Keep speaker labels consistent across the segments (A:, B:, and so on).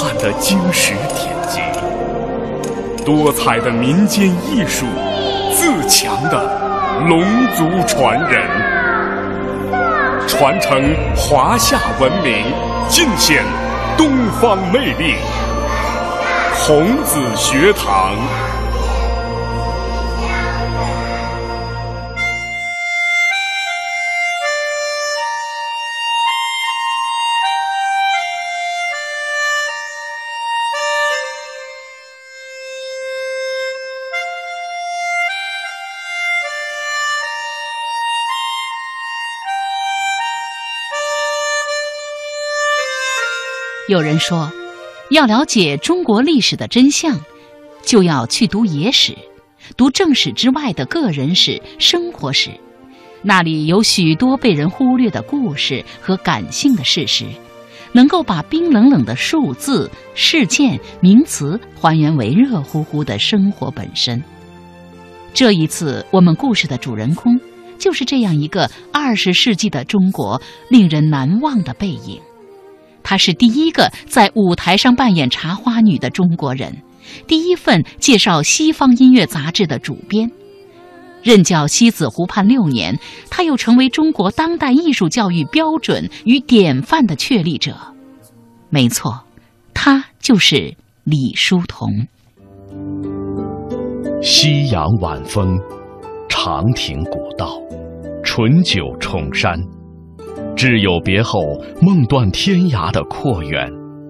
A: 汉的经史典籍，多彩的民间艺术，自强的龙族传人，传承华夏文明，尽显东方魅力。孔子学堂。
B: 有人说，要了解中国历史的真相，就要去读野史，读正史之外的个人史、生活史，那里有许多被人忽略的故事和感性的事实，能够把冰冷冷的数字、事件、名词还原为热乎乎的生活本身。这一次，我们故事的主人公就是这样一个20世纪的中国令人难忘的背影。她是第一个在舞台上扮演茶花女的中国人，第一份介绍西方音乐杂志的主编。任教西子湖畔6年，她又成为中国当代艺术教育标准与典范的确立者。没错，她就是李叔同。
A: 夕阳晚风，长亭古道，醇酒重山，挚友别后，梦断天涯的阔远。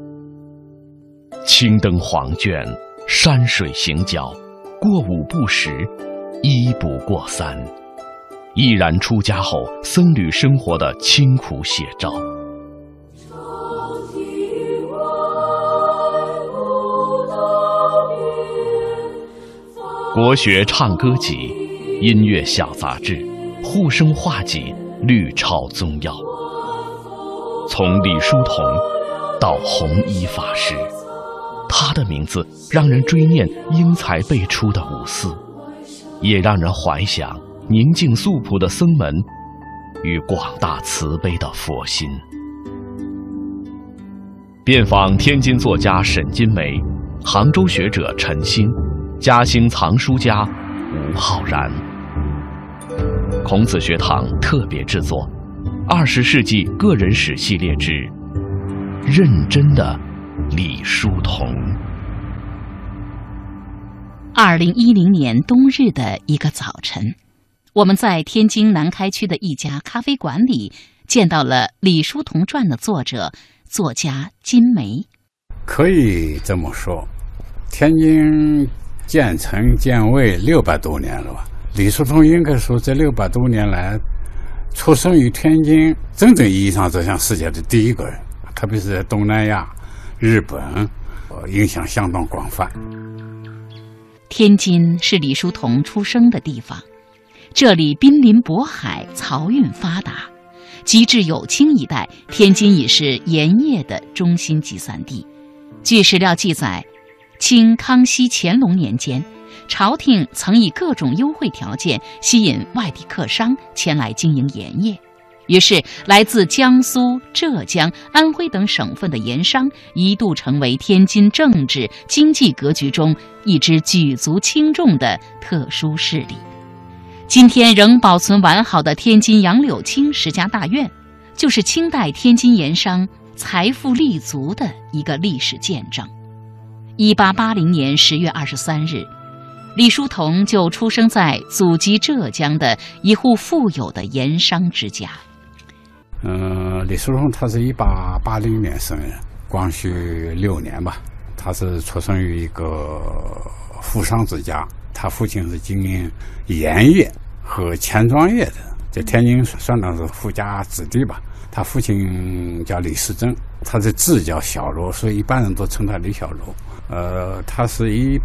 A: 青灯黄卷，山水行脚，过5不10，衣不过3，毅然出家后僧侣生活的清苦写照。国学唱歌集、音乐小杂志、护生画集、律抄宗要，从李叔同到弘一法师，他的名字让人追念英才辈出的五四，也让人怀想宁静素朴的僧门与广大慈悲的佛心。遍访天津作家沈金梅，杭州学者陈星，嘉兴藏书家吴浩然。孔子学堂特别制作20世纪个人史系列之认真的李叔同。
B: 2010年冬日的一个早晨，我们在天津南开区的一家咖啡馆里见到了李叔同传的作者作家金梅。
C: 可以这么说，天津建成建卫600多年了吧，李叔同应该说这600多年来出生于天津，真正意义上走向世界的第一个人，特别是在东南亚、日本，影响相当广泛。
B: 天津是李叔同出生的地方，这里濒临渤海，漕运发达。及至有清一代，天津已是盐业的中心集散地。据史料记载，清康熙、乾隆年间，朝廷曾以各种优惠条件吸引外地客商前来经营盐业，于是来自江苏、浙江、安徽等省份的盐商一度成为天津政治经济格局中一支举足轻重的特殊势力。今天仍保存完好的天津杨柳青10家大院，就是清代天津盐商财富立足的一个历史见证。1880年10月23日，李叔同就出生在祖籍浙江的一户富有的盐商之家。
C: 李叔同他是1880年生人，光绪6年吧。他是出生于一个富商之家，他父亲是经营盐业和钱庄业的，在天津算得是富家子弟吧。他父亲叫李世珍，他的字叫小罗，所以一般人都称他李小罗。他是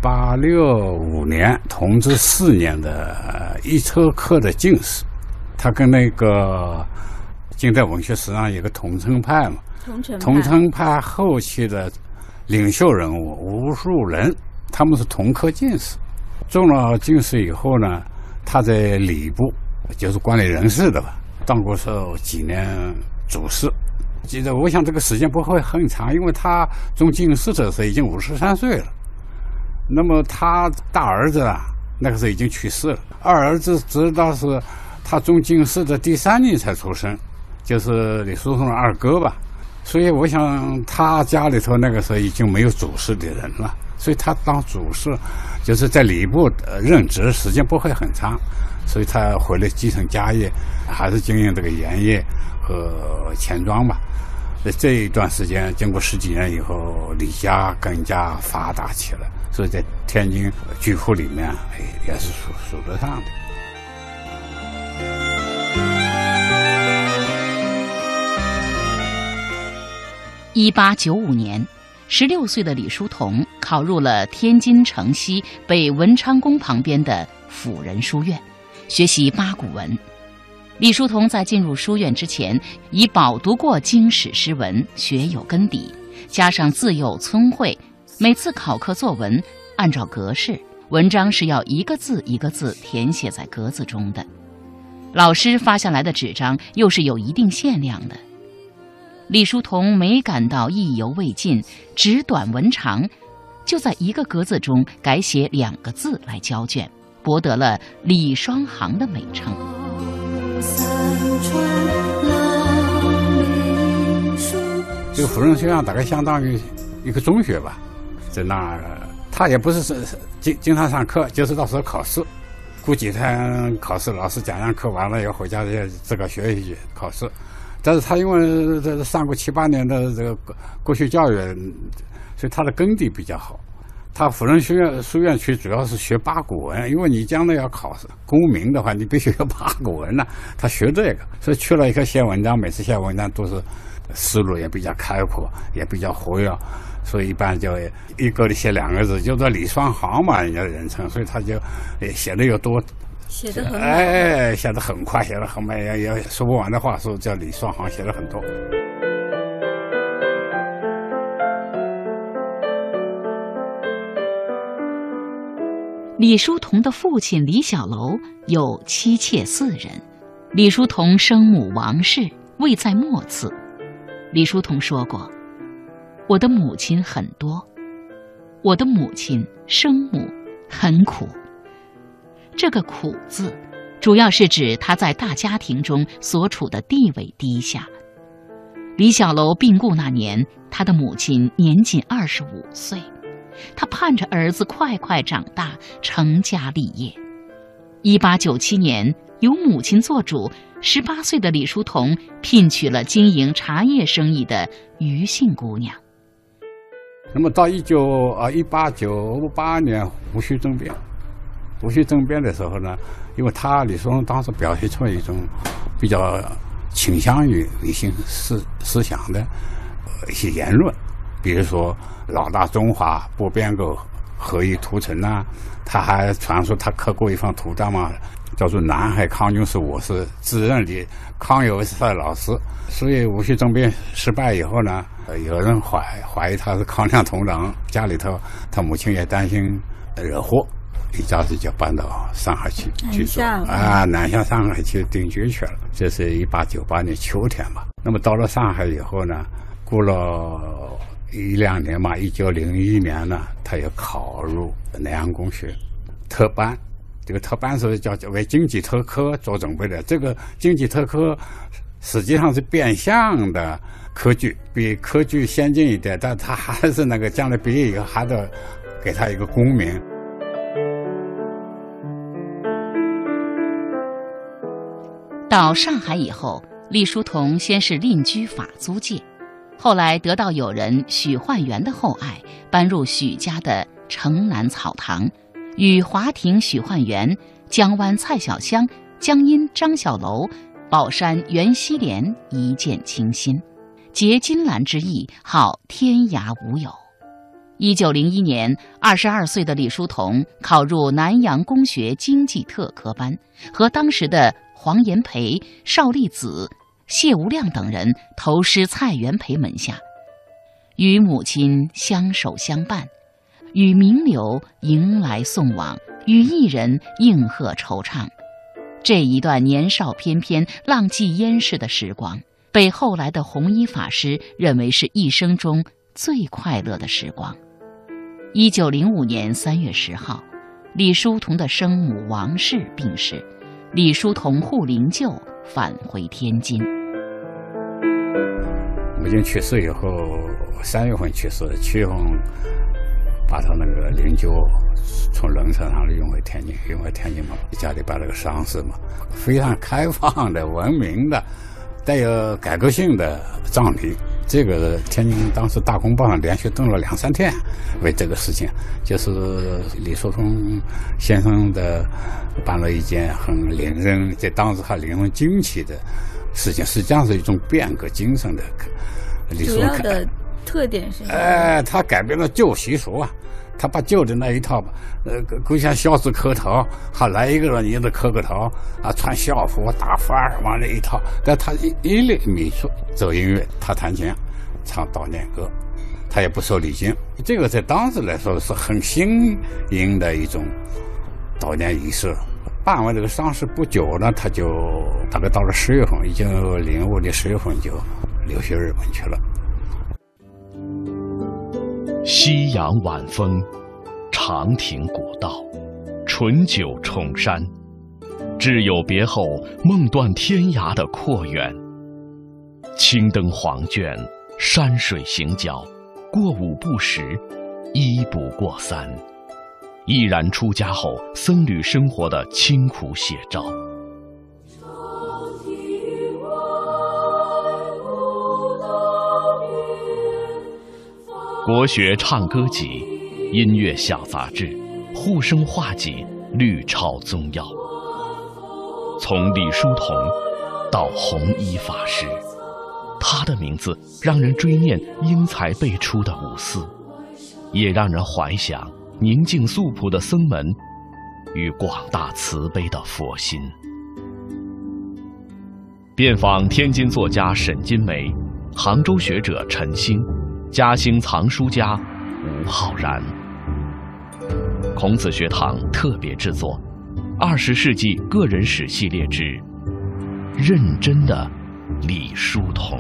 C: 1865年同治4年的一车科的进士。他跟那个近代文学史上有个桐城派嘛，桐城派后期的领袖人物吴树人，他们是同科进士。中了进士以后呢，他在礼部，就是管理人事的吧，当过几年主事。 记得，我想这个时间不会很长，因为他中进士的时候已经53岁了。那么他大儿子啊，那个时候已经去世了，二儿子直到是他中进士的第3年才出生，就是李叔同的二哥吧。所以我想他家里头那个时候已经没有主事的人了，所以他当主事就是在礼部任职时间不会很长，所以他回来继承家业，还是经营这个盐业和钱庄吧。这一段时间经过10几年以后，李家更加发达起来，所以在天津巨户里面也是数得上的。
B: 1895年，16岁的李叔同考入了天津城西北文昌宫旁边的辅仁书院，学习八股文。李叔同在进入书院之前，已饱读过经史诗文，学有根底，加上自幼聪慧，每次考课作文按照格式，文章是要一个字一个字填写在格子中的，老师发下来的纸张又是有一定限量的。李叔同没感到意犹未尽，纸短文长，就在一个格子中改写2个字来交卷，博得了李双行的美称。
C: 这个辅仁学院大概相当于一个中学吧，在那儿他也不是经常上课，就是到时候考试，过几天考试，老师讲课完了以后回家自个学习考试。但是他因为这上过7、8年的这个国学教育，所以他的根底比较好。他辅仁书院去主要是学八股文，因为你将来要考功名的话，你必须要八股文呐。他学这个，所以去了一个写文章，每次写文章都是思路也比较开阔，也比较活跃，所以一般就一个里写2个字，就叫李双行嘛，人家人称，所以他就写的又多。
D: 写得很好，
C: 写得很快，写得很慢，也说不完的话，说叫李双行写了很多。
B: 李叔同的父亲李小楼有妻妾4人，李叔同生母王氏位在末次。李叔同说过：“我的母亲很多，我的母亲生母很苦。”这个苦字主要是指他在大家庭中所处的地位低下。李小楼病故那年，他的母亲年仅25岁，他盼着儿子快快长大，成家立业。1897年，由母亲做主，18岁的李叔同聘娶了经营茶叶生意的余姓姑娘。
C: 那么到1898年戊戌政变。戊戌政变的时候呢，因为李叔同当时表现出一种比较倾向于维新思想的一些言论，比如说老大中华不变构合一图城啊，他还传说他刻过一方图章嘛，叫做南海康军是我是自认的，康有为是他的老师。所以戊戌政变失败以后呢，有人怀疑他是康亮同党，家里头他母亲也担心惹祸，一家子就搬到上海去住南下上海去定居去了。这是1898年秋天吧。那么到了上海以后呢，过了1、2年嘛，1901年呢，他又考入南洋公学特班。这个特班是叫为经济特科做准备的。这个经济特科实际上是变相的科举，比科举先进一点，但他还是那个将来毕业以后还得给他一个功名。
B: 到上海以后，李叔同先是另居法租界，后来得到友人许焕元的厚爱，搬入许家的城南草堂，与华亭许焕元、江湾蔡小香、江阴张小楼、宝山袁希濂一见倾心，结金兰之意，号天涯无有。1901年，22岁的李叔同考入南洋公学经济特科班，和当时的黄炎培、邵力子、谢无量等人投师蔡元培门下，与母亲相守相伴，与名流迎来送往，与艺人应和惆怅。这一段年少翩翩、浪迹烟逝的时光， 被后来的弘一法师认为是一生中最快乐的时光。1905年3月10号，李叔同的生母王氏病逝，李叔同护灵柩返回天津。
C: 母亲去世以后，3月份去世，7月份把他那个灵柩从轮车上运回天津，运回天津嘛，家里办了个丧事嘛，非常开放的、文明的、带有改革性的葬礼。这个天津当时大公报上连续登了2、3天，为这个事情，就是李叔同先生的办了一件很令人在当时还令人惊奇的事情，实际上是一种变革精神的。
D: 主要的特点是什么？
C: 他改变了旧习俗啊。他把旧的那一套，勾下孝子磕头，还来一个人也得磕个头啊，穿校服打幡儿往这一套。但他一律秘书奏音乐，他弹琴唱悼念歌，他也不收礼金。这个在当时来说是很新颖的一种悼念仪式。办完这个丧事不久呢，他就大概到了10月份，1905年10月份就留学日本去了。
A: 夕阳晚风，长亭古道，醇酒重山，挚友别后，梦断天涯的阔远。青灯黄卷，山水行脚，过5不10，1不过3，毅然出家后僧侣生活的清苦写照。国学唱歌集、音乐小杂志、护生画集、律抄宗要，从李叔同到弘一法师，他的名字让人追念英才辈出的五四，也让人怀想宁静素朴的僧门与广大慈悲的佛心。遍访天津作家沈金梅，杭州学者陈兴，嘉兴藏书家吴浩然。孔子学堂特别制作20世纪个人史系列之《认真的李叔同》。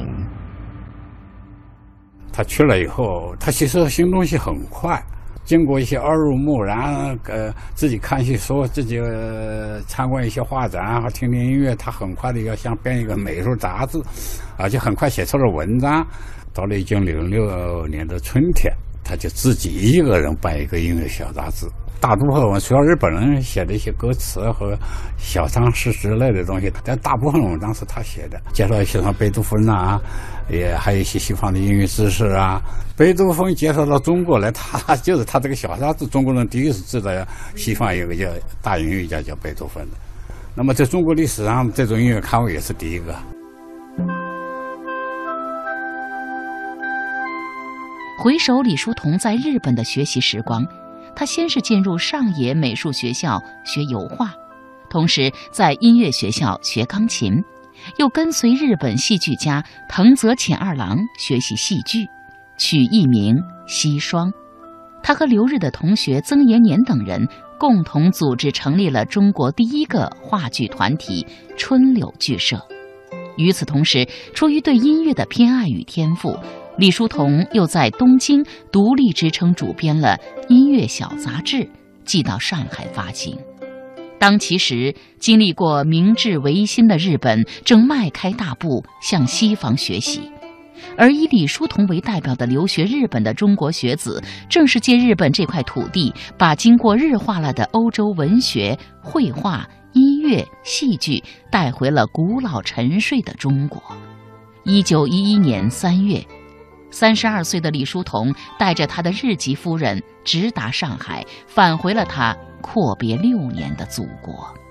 C: 他去了以后，他其实新东西很快，经过一些耳濡目染，自己看戏说，自己参观一些画展和听听音乐，他很快的要想编一个美术杂志，而且很快写出了文章。到了1906年的春天，他就自己一个人办一个音乐小杂志。大部分主要日本人写的一些歌词和小常识之类的东西，但大部分文章是他写的，介绍一些像贝多芬啊，也还有一些西方的音乐知识啊。贝多芬介绍到中国来，他这个小杂志，中国人第一次知道西方有个叫大音乐家叫贝多芬的。那么在中国历史上，这种音乐刊物也是第一个。
B: 回首李叔同在日本的学习时光，他先是进入上野美术学校学油画，同时在音乐学校学钢琴，又跟随日本戏剧家藤泽浅二郎学习戏剧，取艺名西双。他和留日的同学曾延年等人共同组织成立了中国第一个话剧团体春柳剧社。与此同时，出于对音乐的偏爱与天赋，李叔同又在东京独立支撑主编了音乐小杂志，寄到上海发行。当其时经历过明治维新的日本正迈开大步向西方学习，而以李叔同为代表的留学日本的中国学子，正是借日本这块土地，把经过日化了的欧洲文学、绘画、音乐、戏剧带回了古老沉睡的中国。1911年3月，32岁的李叔同带着他的日籍夫人直达上海，返回了他阔别6年的祖国。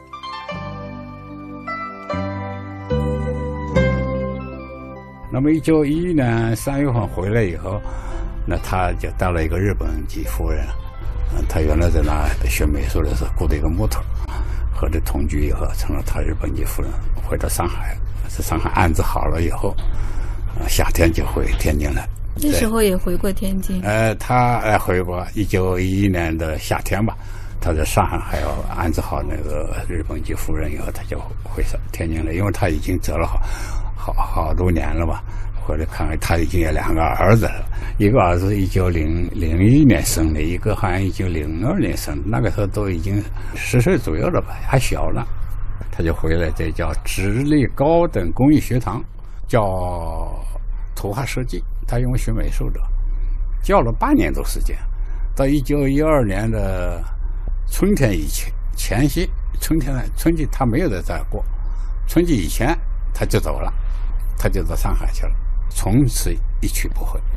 C: 那么1911年3月份回来以后，那他就带了一个日本籍夫人，他原来在那学美术的时候雇了一个木头，和这同居以后成了他日本籍夫人。回到上海，在上海安置好了以后，夏天就回天津来。
D: 那时候也回过天津？
C: 他回过1911年的夏天吧，他在上海还要安置好那个日本籍夫人以后，他就回天津了，因为他已经折了好好多年了吧。回来看看，他已经有2个儿子了，一个儿子1901年生的，一个好像1902年生的，那个时候都已经10岁左右了吧，还小呢。他就回来，这叫直隶高等工艺学堂，叫图画设计。他因为学美术的，教了8年多时间，到1912年的春天以前夕，春季他没有在这儿过，春季以前他就走了，他就到上海去了，从此一去不回。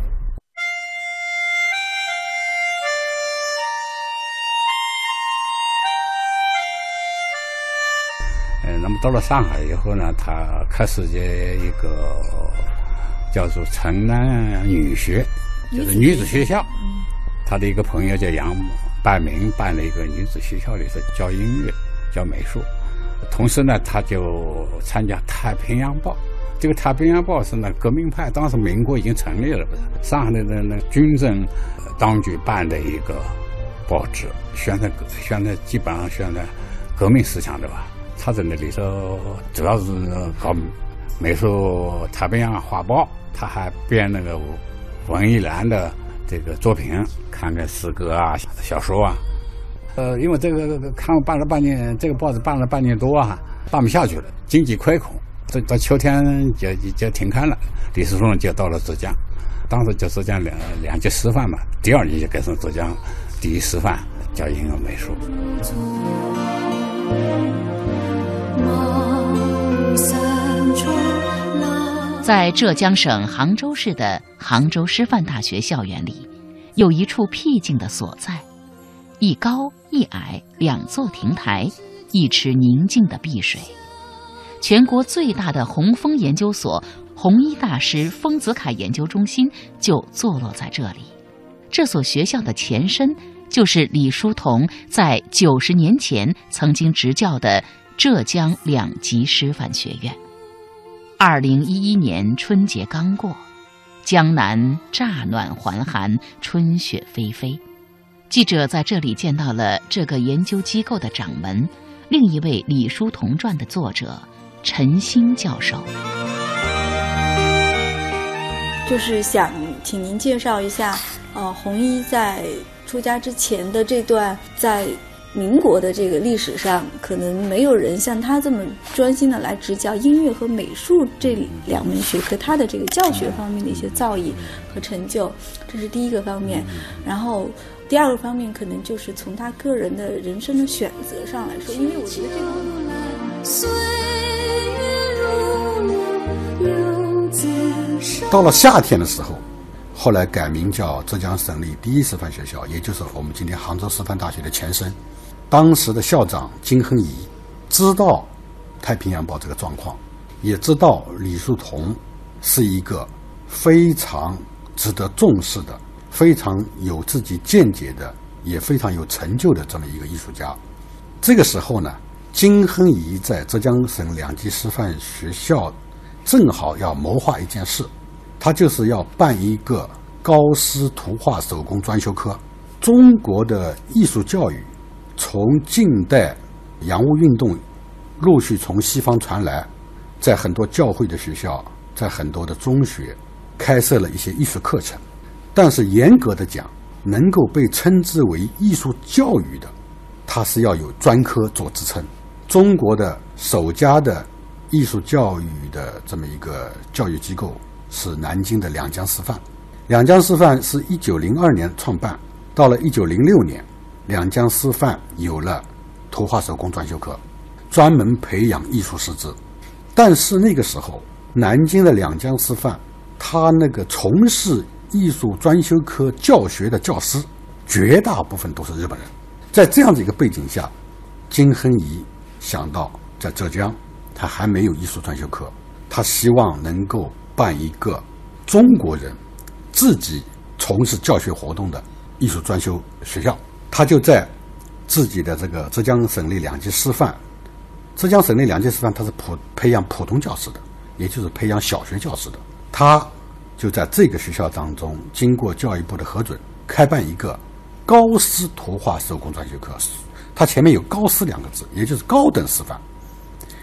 C: 那么到了上海以后呢，他开始这一个叫做城南女学，就是女子学校。他的一个朋友叫杨半明，办了一个女子学校里头教音乐、教美术。同时呢，他就参加《太平洋报》。这个《太平洋报》是呢革命派，当时民国已经成立了，不是上海的那军政当局办的一个报纸，宣传基本上宣传革命思想的吧。他在那里头主要是搞美术太平洋画报，他还编那个文艺栏的这个作品，看看诗歌啊、小说啊。因为这个办了半年，这个报纸办了半年多啊，办不下去了，经济亏空，到秋天就停刊了。李叔同就到了浙江，当时就浙江两级师范嘛，第2年就改成浙江第1师范，教音乐美术。
B: 在浙江省杭州市的杭州师范大学校园里，有一处僻静的所在，一高一矮2座亭台，一池宁静的碧水。全国最大的红枫研究所红衣大师丰子恺研究中心就坐落在这里。这所学校的前身就是李叔同在90年前曾经执教的浙江2级师范学院。2011年春节刚过，江南乍暖还寒，春雪霏霏。记者在这里见到了这个研究机构的掌门，另一位李叔同传的作者陈兴教授。
D: 就是想请您介绍一下，弘一在出家之前的这段在民国的这个历史上，可能没有人像他这么专心的来执教音乐和美术这2门学科，他的这个教学方面的一些造诣和成就，这是第一个方面。然后第2个方面，可能就是从他个人的人生的选择上来说，因为我觉得这
E: 个到了夏天的时候，后来改名叫浙江省立第1师范学校，也就是我们今天杭州师范大学的前身。当时的校长金亨颐知道《太平洋报》这个状况，也知道李叔同是一个非常值得重视的、非常有自己见解的，也非常有成就的这么一个艺术家。这个时候呢，金亨颐在浙江省2级师范学校正好要谋划一件事，他就是要办一个高师图画手工专修科。中国的艺术教育从近代洋务运动陆续从西方传来，在很多教会的学校，在很多的中学开设了一些艺术课程，但是严格的讲，能够被称之为艺术教育的，它是要有专科做支撑。中国的首家的艺术教育的这么一个教育机构是南京的两江师范。两江师范是1902年创办，到了1906年，两江师范有了图画手工专修课，专门培养艺术师资。但是那个时候，南京的两江师范，他那个从事艺术专修科教学的教师，绝大部分都是日本人。在这样的一个背景下，金亨颐想到在浙江，他还没有艺术专修课，他希望能够办一个中国人自己从事教学活动的艺术专修学校。他就在自己的这个浙江省立两级师范，浙江省立两级师范它是培养普通教师的，也就是培养小学教师的。他就在这个学校当中，经过教育部的核准，开办一个高师图画手工专修课。它前面有高师2个字，也就是高等师范。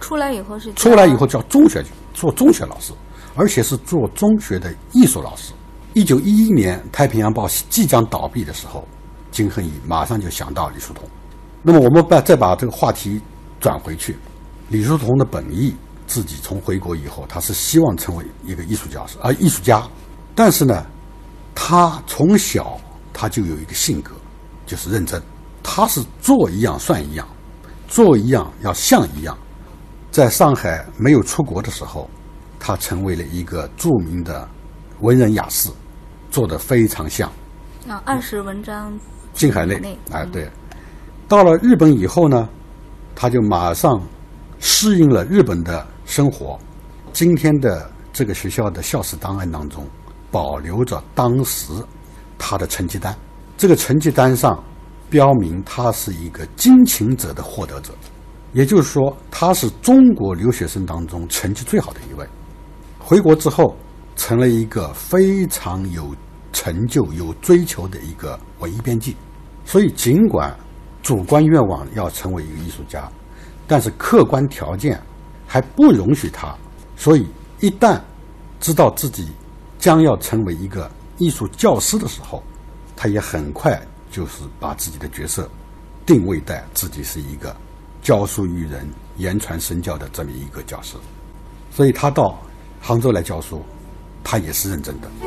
D: 出来以后
E: 叫中学，做中学老师，而且是做中学的艺术老师。1911年太平洋报即将倒闭的时候，金亨颐马上就想到李叔同。那么我们再把这个话题转回去，李叔同的本意，自己从回国以后，他是希望成为一个艺术家，但是呢，他从小他就有一个性格，就是认真，他是做一样算一样，做一样要像一样。在上海没有出国的时候，他成为了一个著名的文人雅士，做得非常像。
D: 20文章
E: 进海内，对。到了日本以后呢，他就马上适应了日本的生活。今天的这个学校的校史档案当中，保留着当时他的成绩单。这个成绩单上标明他是一个金琴者的获得者，也就是说，他是中国留学生当中成绩最好的一位。回国之后，成了一个非常有成就、有追求的一个文艺编辑。所以，尽管主观愿望要成为一个艺术家，但是客观条件还不容许他。所以，一旦知道自己将要成为一个艺术教师的时候，他也很快就是把自己的角色定位在自己是一个教书育人、言传身教的这么一个教师。所以他到杭州来教书，他也是认真的。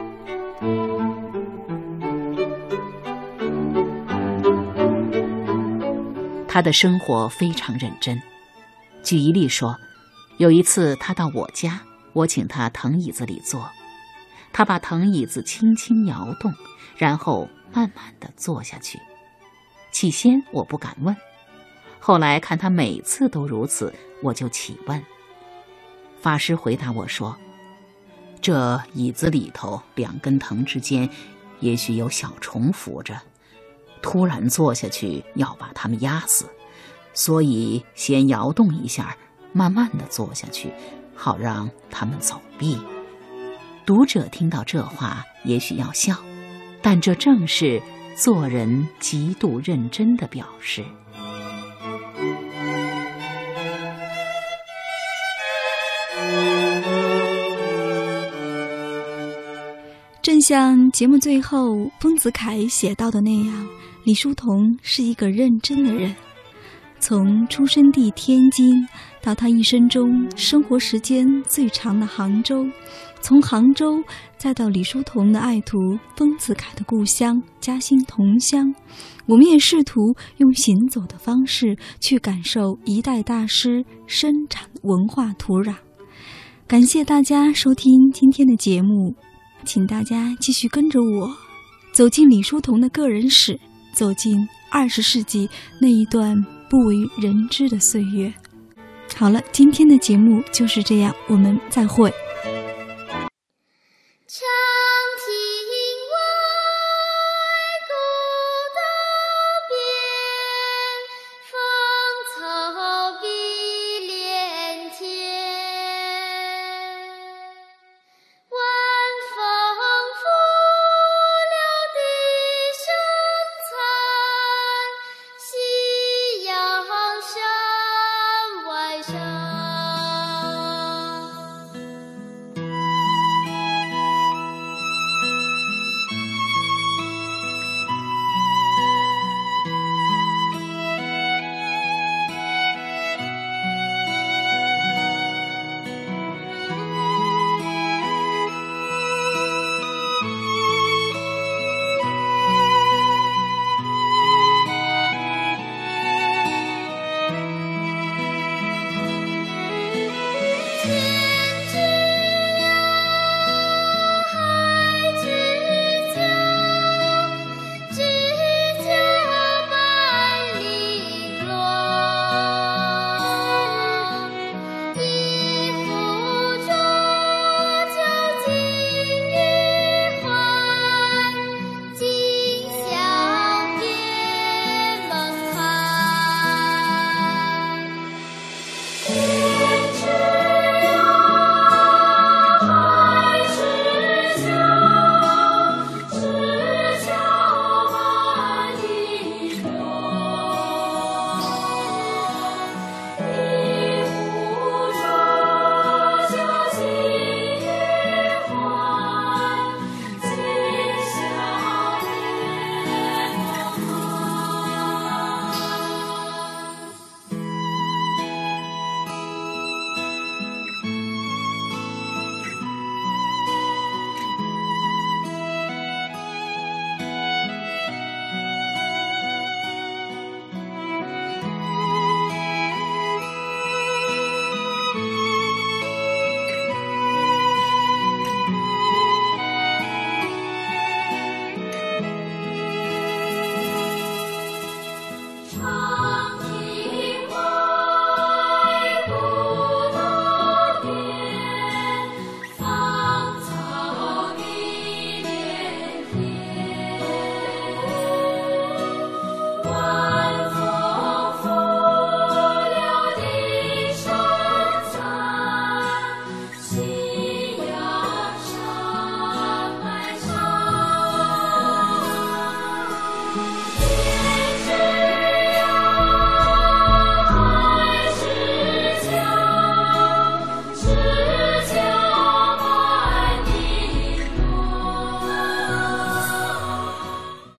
B: 他的生活非常认真。举一例说，有一次他到我家，我请他藤椅子里坐，他把藤椅子轻轻摇动，然后慢慢地坐下去。起先我不敢问，后来看他每次都如此，我就起问。法师回答我说，这椅子里头2根藤之间也许有小虫伏着，突然坐下去要把它们压死，所以先摇动一下，慢慢地坐下去，好让它们走避。读者听到这话也许要笑，但这正是做人极度认真的表示。
D: 正像节目最后丰子恺写到的那样，李叔同是一个认真的人。从出生地天津到他一生中生活时间最长的杭州，从杭州再到李叔同的爱徒丰子恺的故乡嘉兴同乡，我们也试图用行走的方式去感受一代大师生产文化土壤。感谢大家收听今天的节目，请大家继续跟着我走进李叔同的个人史，走进20世纪那一段不为人知的岁月。好了，今天的节目就是这样，我们再会。